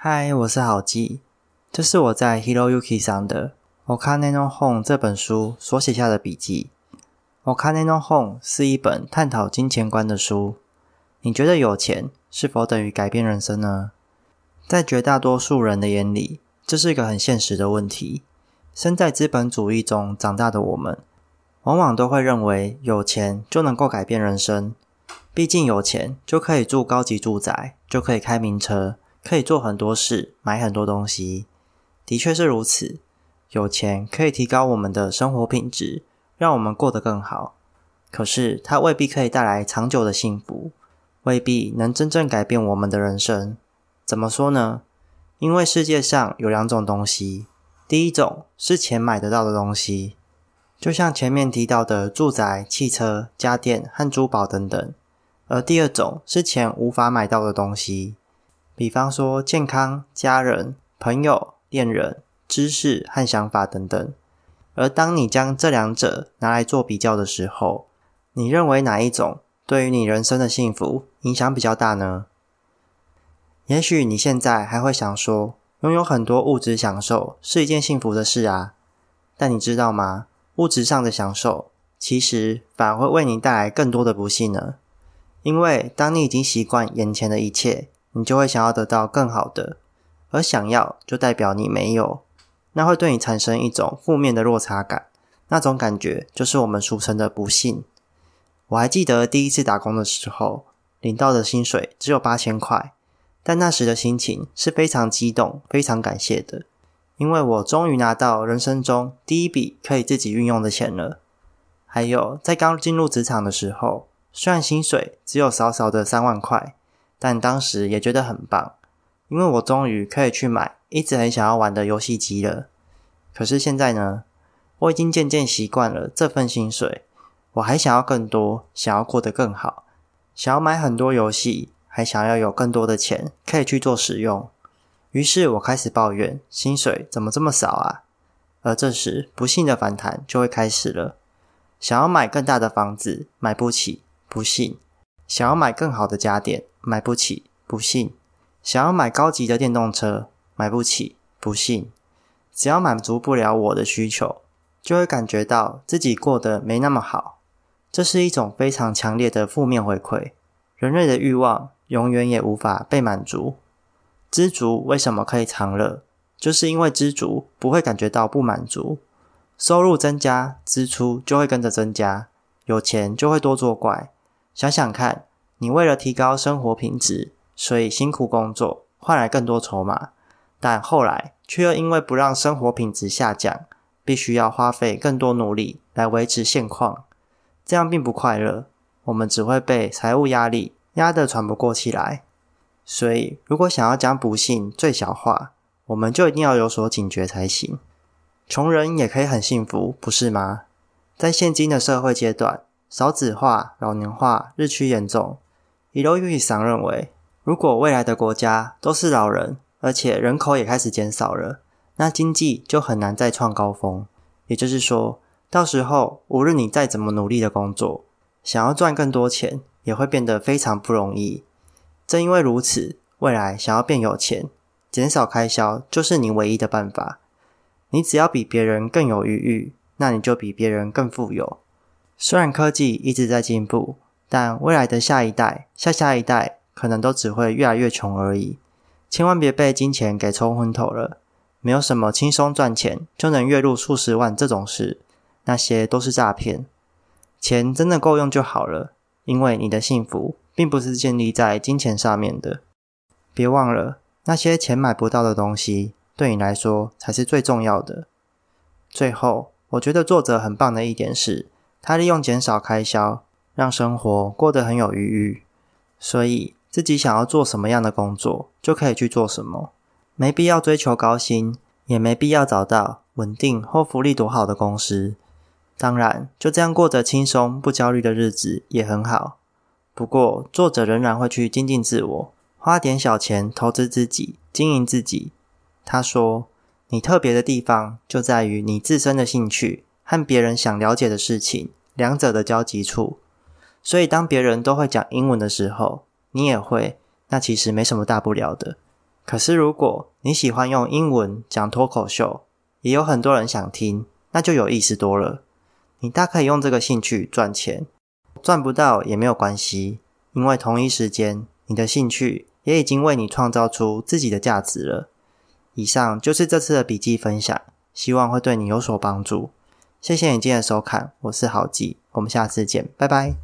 嗨，我是好记，这是我在 Hiroyuki 上的 Okane no Hon 这本书所写下的笔记。Okane no Hon 是一本探讨金钱观的书。你觉得有钱是否等于改变人生呢？在绝大多数人的眼里，这是一个很现实的问题。身在资本主义中长大的我们，往往都会认为有钱就能够改变人生。毕竟有钱就可以住高级住宅，就可以开名车，可以做很多事，买很多东西。的确是如此，有钱可以提高我们的生活品质，让我们过得更好。可是它未必可以带来长久的幸福，未必能真正改变我们的人生。怎么说呢？因为世界上有两种东西，第一种是钱买得到的东西，就像前面提到的住宅、汽车、家电和珠宝等等。而第二种是钱无法买到的东西，比方说健康、家人、朋友、恋人、知识和想法等等。而当你将这两者拿来做比较的时候，你认为哪一种对于你人生的幸福影响比较大呢？也许你现在还会想说，拥有很多物质享受是一件幸福的事啊。但你知道吗？物质上的享受其实反而会为你带来更多的不幸呢。因为当你已经习惯眼前的一切，你就会想要得到更好的，而想要就代表你没有，那会对你产生一种负面的落差感，那种感觉就是我们俗称的不幸。我还记得第一次打工的时候，领到的薪水只有8000块，但那时的心情是非常激动、非常感谢的，因为我终于拿到人生中第一笔可以自己运用的钱了。还有在刚进入职场的时候，虽然薪水只有少少的3万块，但当时也觉得很棒，因为我终于可以去买一直很想要玩的游戏机了。可是现在呢，我已经渐渐习惯了这份薪水，我还想要更多，想要过得更好，想要买很多游戏，还想要有更多的钱可以去做使用。于是我开始抱怨薪水怎么这么少啊？而这时不幸的反弹就会开始了。想要买更大的房子，买不起，不幸；想要买更好的家电，买不起，不幸；想要买高级的电动车，买不起，不幸。只要满足不了我的需求，就会感觉到自己过得没那么好。这是一种非常强烈的负面回馈。人类的欲望永远也无法被满足。知足为什么可以长乐？就是因为知足不会感觉到不满足。收入增加，支出就会跟着增加，有钱就会多作怪。想想看，你为了提高生活品质，所以辛苦工作，换来更多筹码，但后来却又因为不让生活品质下降，必须要花费更多努力来维持现况。这样并不快乐，我们只会被财务压力压得喘不过气来。所以，如果想要将不幸最小化，我们就一定要有所警觉才行。穷人也可以很幸福，不是吗？在现今的社会阶段，少子化、老年化日趋严重。Hiroyuki桑认为，如果未来的国家都是老人，而且人口也开始减少了，那经济就很难再创高峰。也就是说，到时候无论你再怎么努力的工作，想要赚更多钱，也会变得非常不容易。正因为如此，未来想要变有钱，减少开销就是你唯一的办法。你只要比别人更有余裕，那你就比别人更富有。虽然科技一直在进步，但未来的下一代、下一代可能都只会越来越穷而已。千万别被金钱给冲昏头了，没有什么轻松赚钱就能月入数十万这种事，那些都是诈骗。钱真的够用就好了，因为你的幸福并不是建立在金钱上面的。别忘了，那些钱买不到的东西，对你来说才是最重要的。最后，我觉得作者很棒的一点是，他利用减少开销，让生活过得很有余裕。所以，自己想要做什么样的工作，就可以去做什么。没必要追求高薪，也没必要找到稳定或福利多好的公司。当然，就这样过着轻松不焦虑的日子也很好。不过，作者仍然会去精进自我，花点小钱投资自己，经营自己。他说，你特别的地方就在于你自身的兴趣和别人想了解的事情，两者的交集处。所以当别人都会讲英文的时候，你也会，那其实没什么大不了的。 可是如果你喜欢用英文讲脱口秀，也有很多人想听，那就有意思多了。你大可以用这个兴趣赚钱，赚不到也没有关系，因为同一时间，你的兴趣也已经为你创造出自己的价值了。以上就是这次的笔记分享，希望会对你有所帮助。谢谢你今天的收看，我是郝记，我们下次见，拜拜。